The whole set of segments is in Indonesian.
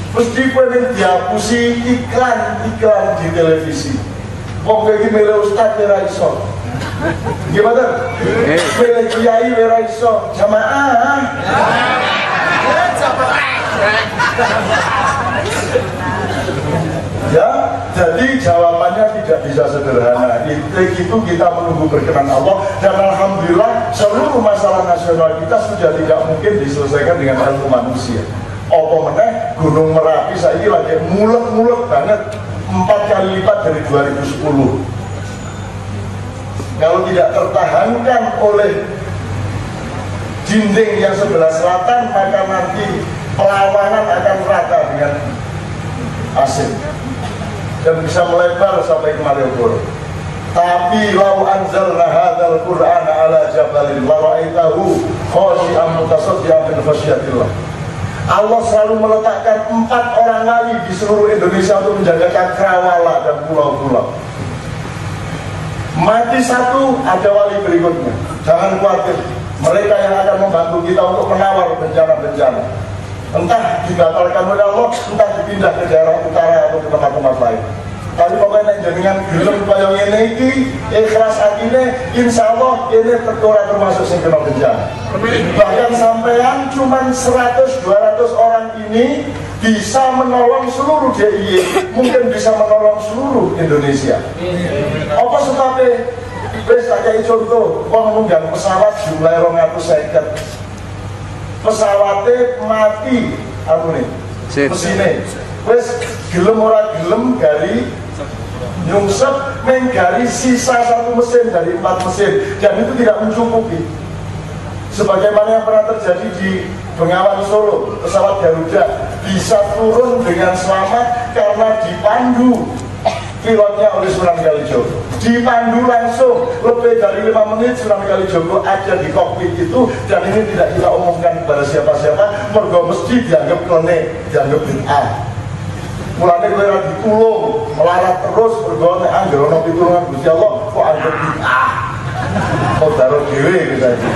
mesti pengen dihapusi iklan di televisi. Wong iki milih ustaz ora iso. Gimana? Milih kiai ora iso. Jamaah. Ya, jadi jawabannya tidak bisa sederhana. Itu kita menunggu berkenan Allah, dan alhamdulillah seluruh masalah nasional kita sudah tidak mungkin diselesaikan dengan ilmu manusia. Apa meneh Gunung Merapi saya ini lagi mulek-mulek banget, 4 kali lipat dari 2010. Kalau tidak tertahankan oleh dinding yang sebelah selatan, maka nanti perlawanan akan rata dengan asing dan bisa melebar sampai ke Malioboro. Tapi lau anzalna hadzal qur'ana ala jabalin la ra'aitahu khashi'an mutasaddian min khasyatillah. Allah selalu meletakkan 4 orang wali di seluruh Indonesia untuk menjaga cakrawala dan pulau-pulau. Mati satu, ada wali berikutnya. Jangan khawatir, mereka yang akan membantu kita untuk menawar bencana-bencana. Entah dibatalkan oleh Allah, entah dipindah ke daerah utara atau ke tempat-tempat lain. Tapi pokoknya jenengan gelem kaya ngene iki, ikhlas atine, insyaallah ini terkora termasuk sing kena bencana. Bahkan sampean cuman 100-200 orang ini bisa menolong seluruh DIY, mungkin bisa menolong seluruh Indonesia. Apa sebabnya? Wis tak kei contoh, wong nunggang pesawat jumlah 250. Pesawatnya mati, aku nih, mesinnya. Wis gelem ora gelem gari nyungsep menggari sisa 1 mesin dari 4 mesin, dan itu tidak mencukupi. Sebagaimana yang pernah terjadi di Bengawan Solo, pesawat Garuda bisa turun dengan selamat karena dipandu pilotnya oleh Sunan Kalijogo. Dipandu langsung lebih dari 5 menit, Sunan Kalijogo ada di kokpit itu, dan ini tidak kita umumkan kepada siapa-siapa, mergo mesti dianggap klene, dianggap bid'ah. Mulane kowe ora ditulung, melarat terus mergo nek anggere ana pitulungan Gusti Allah kok anggap bid'ah. Kok daro dhewe kita iki.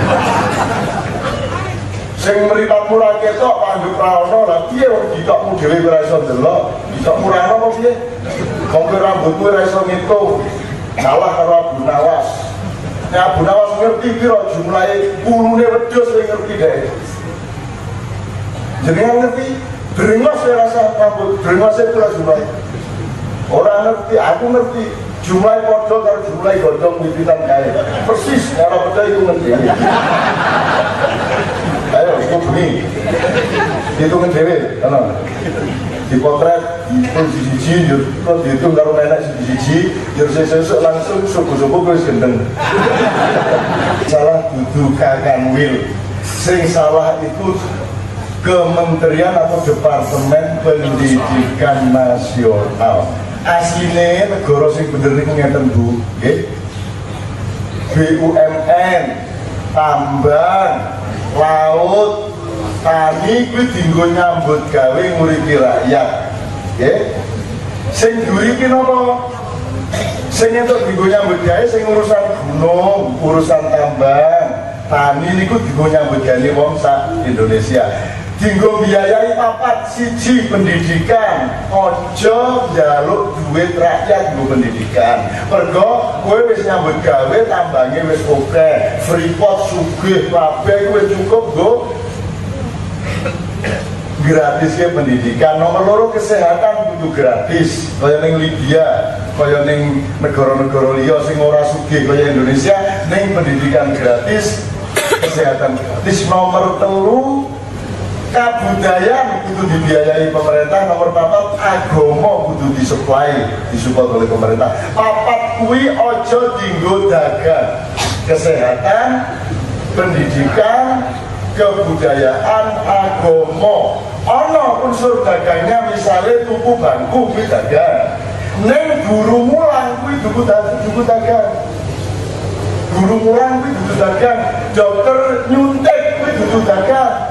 Sing mripatmu ra ketok panjuk ra ono, lha piye wong ditokmu dhewe ora iso ndelok? Ditokmu ra ono apa piye? Wong rambutmu ora iso ngitung. Kalah karo Abu Nawas. Nek Abu Nawas ngerti piro jumlahe pulune wedhus sing ngerti dhek. Jenengan ngerti? Brengos saya rasa rambut, brengos saya pula jumlahnya. Orang ngerti, aku ngerti. Jumlah kodok kalau jumlah godong wiwitan kaya. Persis, cara beda itu ngerti. Ayo, itu bunyi. Hitungin dewe, kan? Dipotret, itu siji, terus dihitung kalau nenek siji, terus sesuk langsung subuh-subuh gue gendeng. Salah duduk kakang wil. Sing salah itu Kementerian atau Departemen Pendidikan Nasional. Aslinya negara sing bener niku ngeten Bu, nggih. BUMN, tambang, laut, tani kuwi dienggo nyambut gawe nguripi rakyat. Nggih. Sing nguripi napa? Sing entuk dienggo nyambut gawe sing urusan gunung, urusan tambang, tani niku dienggo nyambut gawe wong sak Indonesia. Dinggo biayai papat siji pendidikan, ojo njaluk duit rakyat nggo pendidikan. Mergo kowe wis nyambut gawe tambange wis oke, Freeport sugih kabeh kowe cukup nggo gratis ke pendidikan. Nomor 2 kesehatan kudu gratis. Kaya ning Libya, kaya ning negara-negara liya sing ora sugih kaya Indonesia, ning pendidikan gratis, kesehatan gratis. Nomor 3 kabudayaan kudu dibiayai pemerintah. Nomor 4 agama kudu disupport oleh pemerintah. 4 kuwi ojo dinggo dagang. Kesehatan, pendidikan, kebudayaan, agama. Ono unsur dagangnya, misalnya tuku bangku kuwi dagang. Ning guru mulang kuwi duku dagang. Guru mulang kuwi duku dagang. Dokter nyuntik kuwi duku dagang.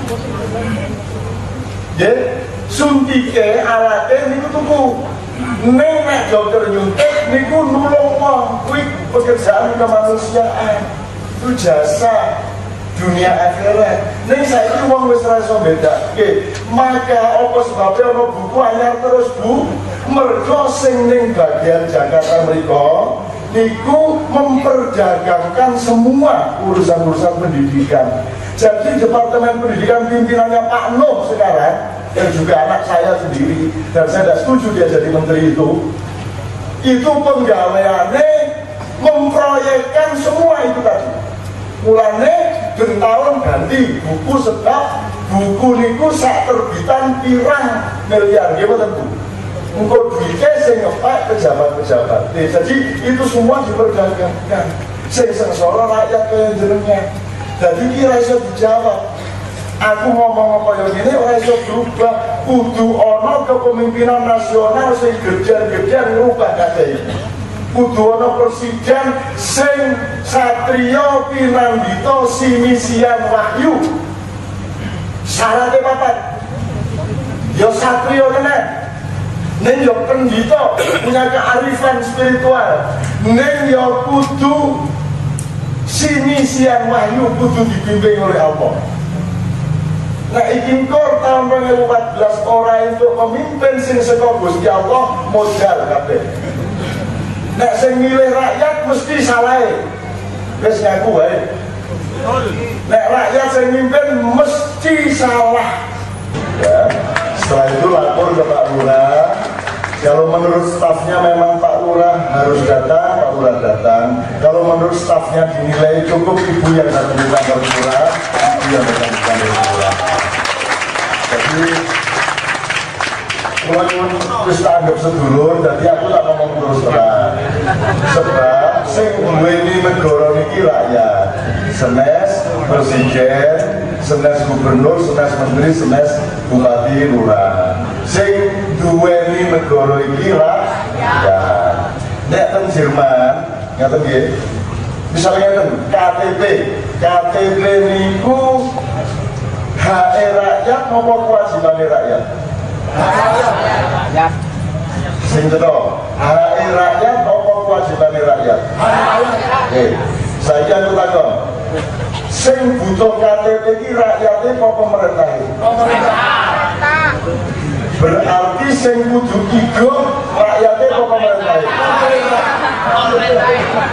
Ya, suntike alate niku tuku. Nek dokter nyuntik niku nulung wong, kuwi pekerjaan kemanusiaan. Itu jasa. dunia akhirat. Ning saiki wong wis ora iso bedake. Maka apa sebabnya ana buku anyar terus Bu? Mergo sing ning bagian Jakarta mriko niku memperdagangkan semua urusan-urusan pendidikan. Jadi Departemen Pendidikan pimpinannya Pak Nuh sekarang, yang juga anak saya sendiri, dan saya tidak setuju dia jadi menteri itu penggaweane memproyekkan semua itu tadi. Mulane tahun ganti buku sebab buku niku sak terbitan pirang miliar, gitu tentu. Engkau duitnya sing ngepek pejabat-pejabat. Jadi itu semua diperdagangkan. Sing sengsara rakyat kaya jenengnya. Jadi kira iso dijawab. Aku ngomong apa yang ini ora iso berubah. Kudu ana kepemimpinan nasional sing gejar-gejar ngubah kabeh. Kudu ana presiden sing satriya pinambita simisian wahyu. Syaratnya papat. Ya satriya tenan. Ning yo pendhita punya kearifan spiritual. Ning yo kudu simisian wahyu, kudu dibimbing oleh Allah. Nah iki kor tahun 2014 orang untuk memimpin sing saka Gusti Allah modal kabeh. Nek sing milih rakyat mesti salah. Wis ngaku wae. Nek rakyat sing mimpin mesti salah. Ya, setelah itu lapor ke Pak Lurah. Kalau menurut stafnya memang Pak Lurah harus datang, Pak Lurah datang. Kalau menurut stafnya dinilai cukup ibu yang datang di kantor Lurah, ibu yang datang di kantor Lurah. Jadi, kalau kita anggap sedulur, jadi aku tak ngomong terus terang. Sebab, sing duweni negara niki rakyat, senes presiden, senes gubernur, senes menteri, senes bupati, lurah. Sing duweni negara iki rakyat. Nek teng Jerman, ngaten nggih. Misalnya KTP niku hak rakyat apa kewajiban rakyat? Rakyat. Sing cetok, hak rakyat apa kewajiban rakyat? Oke, saya aku takon. Sing butuh KTP iki rakyate apa pemerintah? Pemerintah. Berarti sing kudu igo rakyate apa pemerintah? Pemerintah.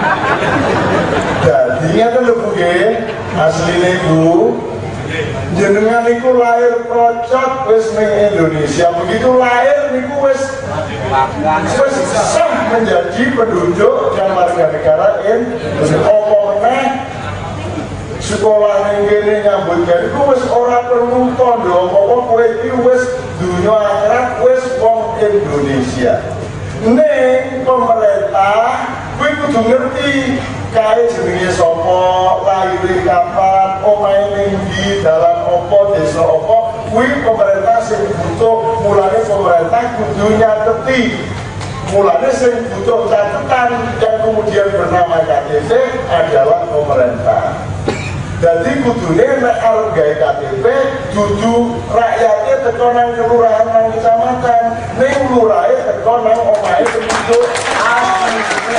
Dadi ngeten lho Bu nggih, asline Bu. Jenengan niku lahir procot wis ning Indonesia, begitu lahir niku wis sah menjadi penduduk dan warga negara Indonesia. Apa meneh sekolah ning kene nyambut gawe iku wis ora perlu tandha apa kowe iki wis dunya akhirat wis wong Indonesia. Ning pemerintah kowe kudu ngerti kae jenenge sapa, lahir kapan, omahe ning ndi, dalan apa, desa apa, kuwi pemerintah sing butuh. Mulane pemerintah kudu nyateti. Mulane sing butuh catatan yang kemudian bernama KTP adalah pemerintah. Jadi kudune nek arep gawe KTP dudu rakyate teko nang kelurahan nang kecamatan, ning lurahe teko nang omahe penduduk asli.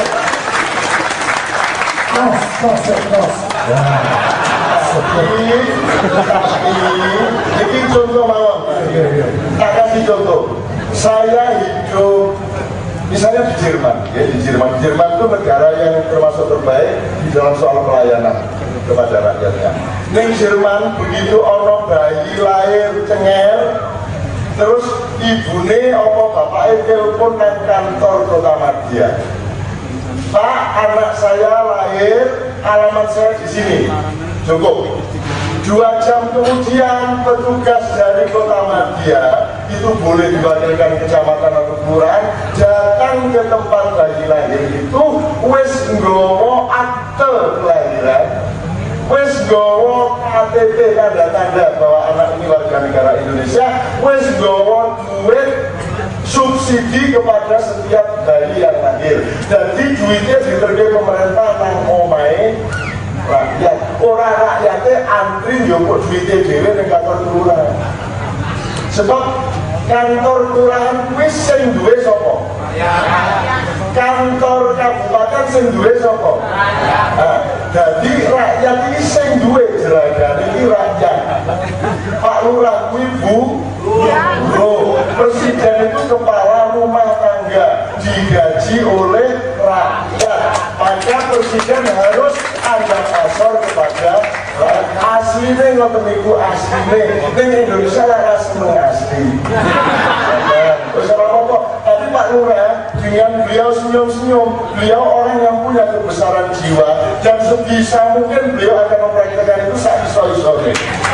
Ini contoh mawon. Tak kasih contoh. Saya hidup misalnya di Jerman, ya di Jerman itu negara yang termasuk terbaik di dalam soal pelayanan kepada rakyatnya. Ning Jerman begitu ono bayi lahir cengel, terus ibune apa bapaknya telepon nang kantor Kotamadya. Pak, anak saya lahir, alamat saya di sini. Cukup. 2 jam kemudian petugas dari Kotamadya itu boleh diwakilkan kecamatan atau kelurahan datang ke tempat bayi lahir itu, wis nggawa akte kelahiran, wis nggawa KTP tanda-tanda bahwa anak ini warga negara Indonesia, wis nggawa duit subsidi kepada setiap bayi yang lahir. Jadi duitnya diterima pemerintah nang omahe rakyat. Orang rakyatnya antri njupuk duitnya dhewe ning kantor kelurahan. Sebab kantor kelurahan kuwi sing duwe sapa? Kantor kabupaten sing duwe sapa? Nah, Jadi rakyat ini sing duwe jeragan ini rakyat. Pak Lurah kuwi Bu, presiden itu kepala rumah tangga digaji oleh rakyat. Maka presiden harus ada pasar kepada aslinya ngoten niku aslinya. Ning Indonesia lah seneng asli. Terus apa-apa, tapi Pak Lurah dengan beliau senyum-senyum, beliau orang yang punya kebesaran jiwa dan sebisa mungkin beliau akan mempraktikkan itu saat iso-isonya.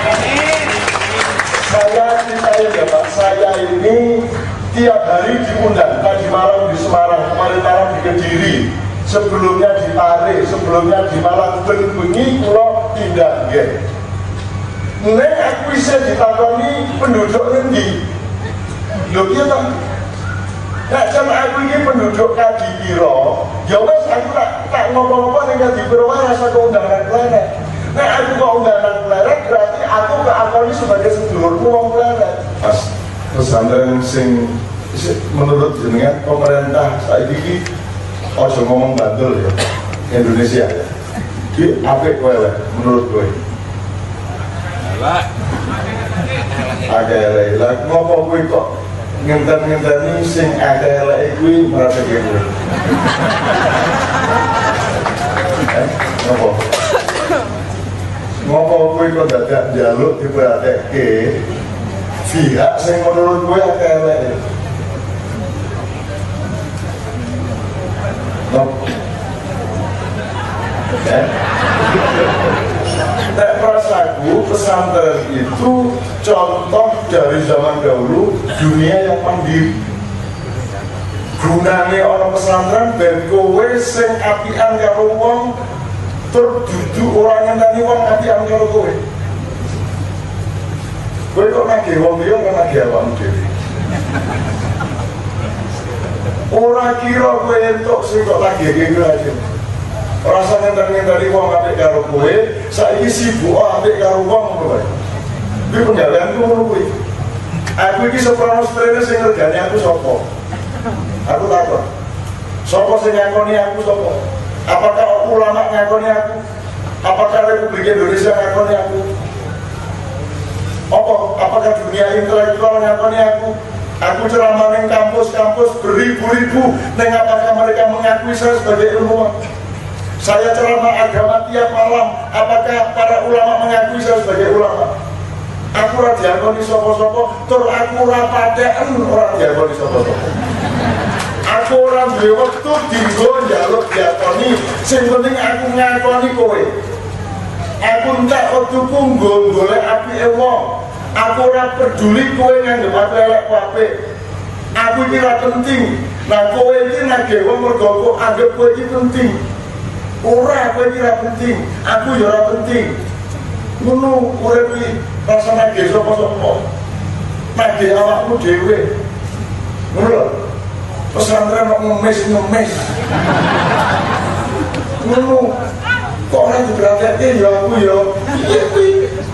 Saya Pak, saya ini tiap hari diundang, tadi malam di Semarang, kemarin malam di Kediri, sebelumnya di Pare, sebelumnya di Malang, bengi kula pindah nggih. Nek aku bisa ditakoni penduduk ngendi? Lho piye to? Nek jam aku iki penduduk Kadipiro, ya wis aku tak ngomong-ngomong ning Kadipiro wae rasa keundangan planet. Nek aku kok undangan planet berarti aku keakoni sebagai sedulurku wong planet. Mas, pesantren sing menurut jenengan pemerintah saiki iki ojo ngomong bandel ya. Indonesia ya. Di apik kowe menurut kowe. Agak elek, ngopo kowe kok ngenten-ngenteni sing agak elek kuwi merasake kowe. Ngopo? Ngopo kowe kok dadak njaluk diperhatekke pihak sing menurut kowe agak elek. Nek perasaku pesantren itu contoh dari zaman dahulu dunia yang mandiri. Gunane orang pesantren ben kowe sing apian karo wong tur dudu ora ngenteni wong apian karo kowe. Kowe kok nagih wong liya kan nagih awakmu dhewe. Ora kira kowe entuk sing kok nagih kowe aja. Rasanya ngenteni wong apik karo kowe, saiki sibuk apik karo wong ngono wae. Kuwi penggalianku ngono kuwi. Aku iki soprano strene sing regane aku sapa? Aku takon. Sapa sing ngakoni aku sapa? Apakah ulama ngakoni aku? Apakah Republik Indonesia ngakoni aku? Apakah dunia intelektual ngakoni aku? Aku ceramah ning kampus-kampus beribu-ribu, ning apakah mereka mengakui saya sebagai ilmuwan? Saya ceramah agama tiap malam, apakah para ulama mengakui saya sebagai ulama? Aku ora diakoni sapa-sapa, tur aku ora patheken ora diakoni sapa-sapa. Aku ora duwe wektu dienggo njaluk diakoni, sing penting aku ngakoni kowe. Aku entek wektuku nggo golek apike wong. Aku ora peduli kowe nganggep aku elek apik. Aku iki ora penting. Nah kowe iki nagih wong mergo kok anggap kowe iki penting. Ora kowe iki ora penting, aku ya ora penting. Ngono urip iki rasa nagih sapa-sapa. Nagih awakmu dhewe. Ngono lho. Pesantren kok ngemis. Ngono. Kok ora diperhatekne ya aku ya. Piye kuwi?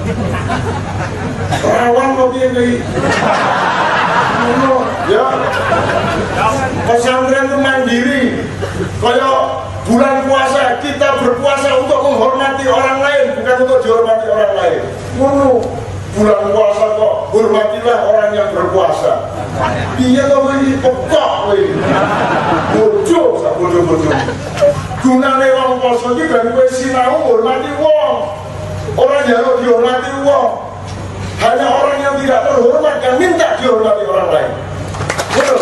Rawan kok piye kuwi? Ngono ya. Pesantren itu mandiri. Kaya bulan puasa kita berpuasa untuk menghormati orang lain, bukan untuk dihormati orang lain. Ngono. Bulan puasa kok hormatilah orang yang berpuasa. Iya toh ini pekok kowe. Bojo sak bojo-bojo. Gunane wong poso iki ben kowe sinau hormati wong. Ora njaluk dihormati wong. Hanya orang yang tidak terhormat yang minta dihormati orang lain. Betul.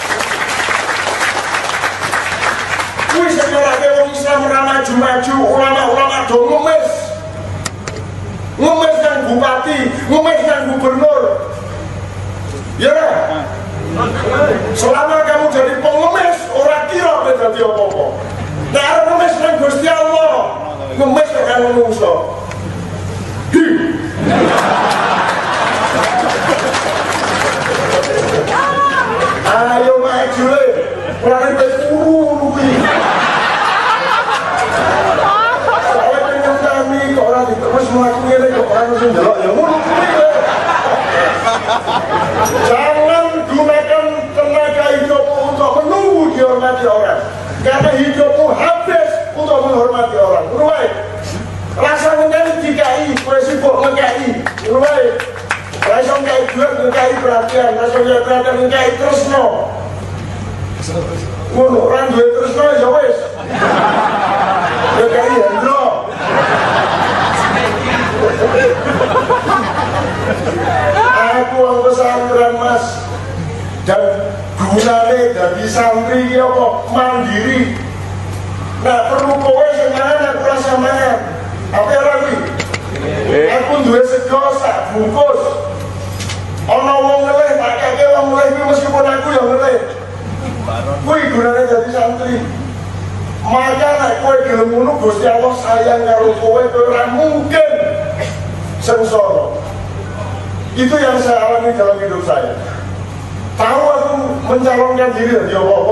Kuwi sing nyolake wong Islam ora maju-maju, ulama-ulama do ngemis. Ngemis nang bupati, ngemis nang gubernur. Ya ora? Selama kamu jadi pengemis, ora kira kowe dadi apa-apa. Nek arep ngemis nang Gusti Allah, ngemis karo manungsa. Ayo maju le. Ora nek turu kuwi. Soale pengen kami kok ora terus mlaku ngene kok ora sing ndelok ya ngono kuwi. Jangan gunakan tenaga hidupmu untuk menunggu dihormati orang. Karena hidupmu habis untuk menghormati orang. Beruai. kowe sibuk ngekei ngono wae. Ora iso ngekei duit, ngekei perhatian, ora iso ngekei perhatian, ngekei tresno. Ngono ora duwe tresno ya wis. Ngekei hendro. Aku wong pesantren Mas. Dan gunane dadi santri iki apa? Mandiri. Nah perlu kowe sing mangan aku rasa mangan. Apa ora kuwi? Aku duwe sego sak bungkus. Ana wong ngelih, tak keke wong ngelih kuwi meskipun aku ya ngelih. Kuwi gunane dadi santri. Maka nek kowe gelem ngono Gusti Allah sayang karo kowe ora mungkin sengsara. Itu yang saya alami dalam hidup saya. Tahu aku mencalonkan diri dari apa-apa,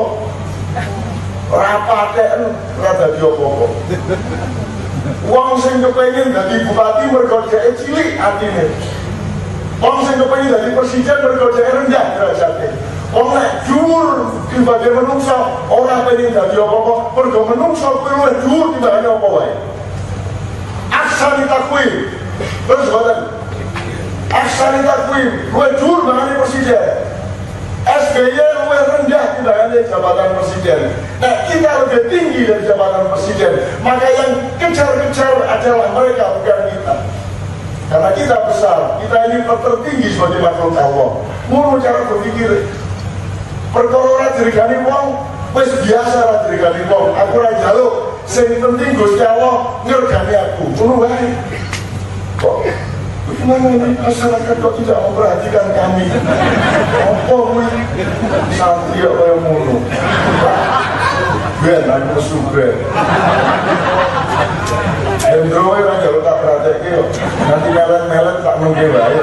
rapaten rada di apa-apa. Wong sing kepengin dadi bupati mergo dheke cilik atine. Wong sing kepengin dadi presiden mergo dheke rendah derajate. Wong nek dhuwur dibanding menungso ora pengen dadi apa-apa mergo menungso kuwi luwih dhuwur timbangane apa wae. Aksani takwim. Terus boten. Aksani takwim luwih dhuwur timbangane presiden. SBY luwih rendah timbangane jabatan presiden. Nah kita lebih tinggi dari jabatan presiden. Maka yang kejar-kejar adalah mereka, bukan kita. Karena kita besar, kita ini tertinggi sebagai makhluk Allah. Mulu cara berpikir. Perkara ora dirigani wong, wis biasa ora dirigani wong. Aku ora njaluk, sing penting Gusti Allah ngergani aku. Ngono wae. Kok kenapa ini masyarakat kok tidak memperhatikan kami? Apa kuwi santri kok kaya ngono? Ben aku suben. Hendro wae ora njaluk tak perhatike kok. Nanti melet-melet tak mengke wae.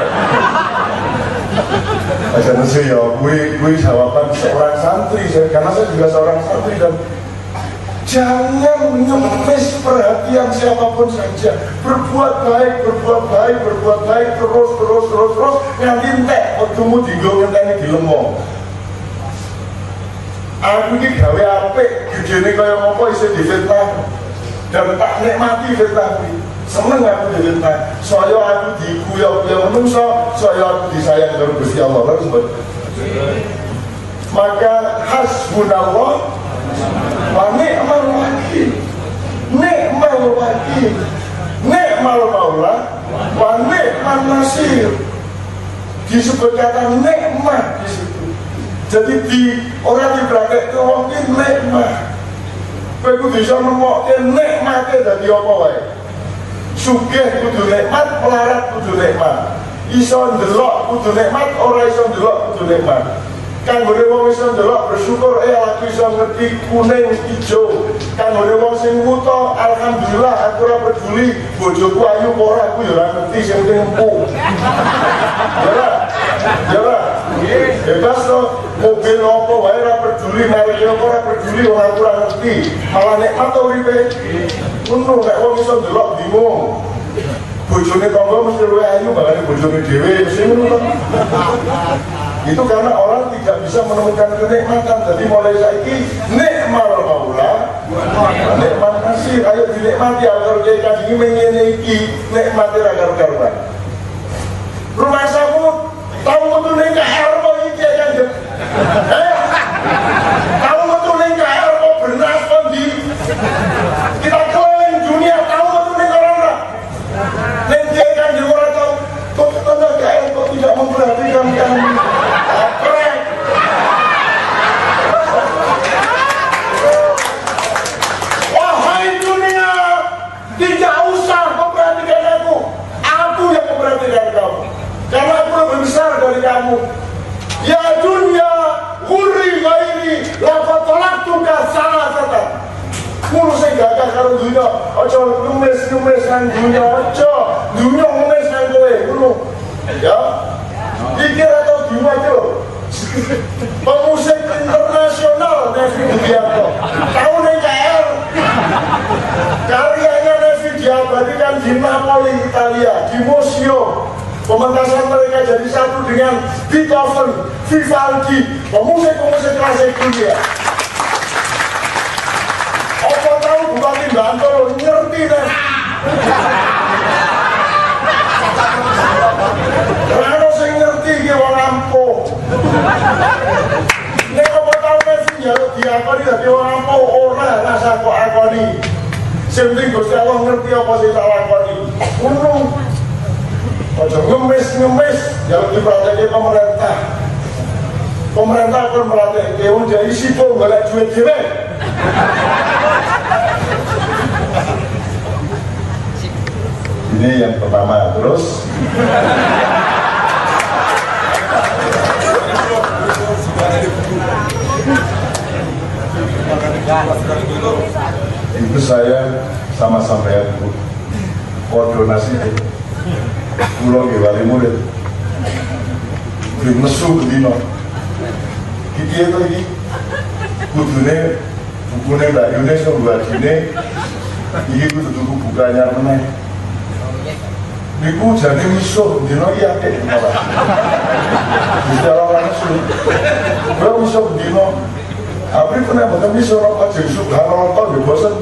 Aja sih ya, gue jawaban seorang santri, karena saya juga seorang santri dan jangan mengemis perhatian siapapun saja. Berbuat baik, terus nganti entek waktumu dinggo ngenteni dilemong. Aku ini gawe apik, gedene kaya ngopo isih difitnah. Dan tak nikmati fitnah kuwi. Seneng aku difitnah. Saya aku diguyok-guyok menungso, saya aku disayang karo Gusti Allah. Terus maka hasbunallah wa ni'mal wakil. Ni'mal wakil. Ni'mal maula wa ni'man nasir. Disebut kata nikmat di situ. Jadi orang diberakai ke wong iki nikmat. Kowe kudu bisa nemokke nikmate dadi apa wae. Sugih kudu nikmat, melarat kudu nikmat. Iso ndelok kudu nikmat, ora iso ndelok kudu nikmat. Kanggone wong iso ndelok bersyukur aku iso ngerti kuning ijo. Kanggone wong sing wuta alhamdulillah aku ora peduli bojoku ayu apa ora aku ya ora ngerti sing penting empuk. Ya ora. Bebas to mobil apa wae ora peduli merek apa ora peduli ora kurang ngerti. Malah nikmat to uripe. Ngono nek wong iso ndelok bingung. Bojone tangga mesti luwih ayu bakane bojone dhewe mesti ngono to. Itu karena orang tidak bisa menemukan kenikmatan. Jadi mulai saiki nikmal maula, nikmat nasir. Ayo dinikmati agar kiai kaji ngene iki nikmati ra karo-karuan. Rumah samu tahu betul ning KR kok iki kan. Tahu betul ning KR kok beras kok di. Kita keliling dunia tahu betul ning orang. Ning kiai kan ora tahu kok tetangga KR kok tidak memperhatikan kami. Karena aku lebih besar dari kamu. Ya dunia, huri gairi, lafat tolak tugas salah satan. Mulu saya gagah karo dunia. Ojo numis nang dunia, ojo dunia numis nang kowe. Mulu, ya. Pikir atau gimana itu? Pemusik internasional Nevi Budianto. Tahu nih KR? Karyanya Nevi diabadikan di Napoli, Italia, di museum. Pementasan mereka jadi satu dengan Beethoven, Vivaldi, pemusik-pemusik klasik dunia. Apa tahu Bupati Bantul ngerti deh? Ora sing ngerti iki wong ampuh. Nek apa tau sing njaluk diakoni dadi wong ampuh ora rasa kok akoni. Sing penting Gusti Allah ngerti apa sing tak lakoni. Ngono. Aja ngemis-ngemis njaluk dipraktekke pemerintah. Pemerintah akan melatih wong jadi sipil golek duit dhewe. Ini yang pertama, terus itu saya sama sampean Bu koordinasi pulau di wali murid di mesu bedino kita itu ini kudune bukunya Mbak Yunes yang buat ini ini kudu tuku bukanya meneh iku jadi misuh dino iya malah bisa orang misuh kalau misuh dino Apri pernah bahkan bisa rokok jadi subhanallah di bosan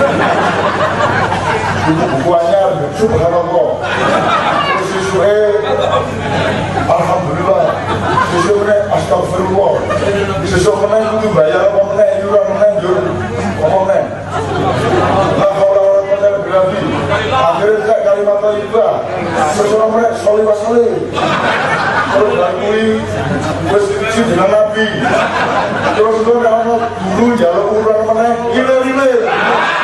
buku buku anyar subhanallah terus siswe alhamdulillah siswe astagfirullah siswe meneng itu bayar apa meneng jurang meneng apa meneng lah kalau orang berarti akhirnya kayak kalimat thayyibah sesuatu meneng sholli wa sallim terus lakui terus isi dengan Nabi terus itu dulu jalur urang meneng gile-gile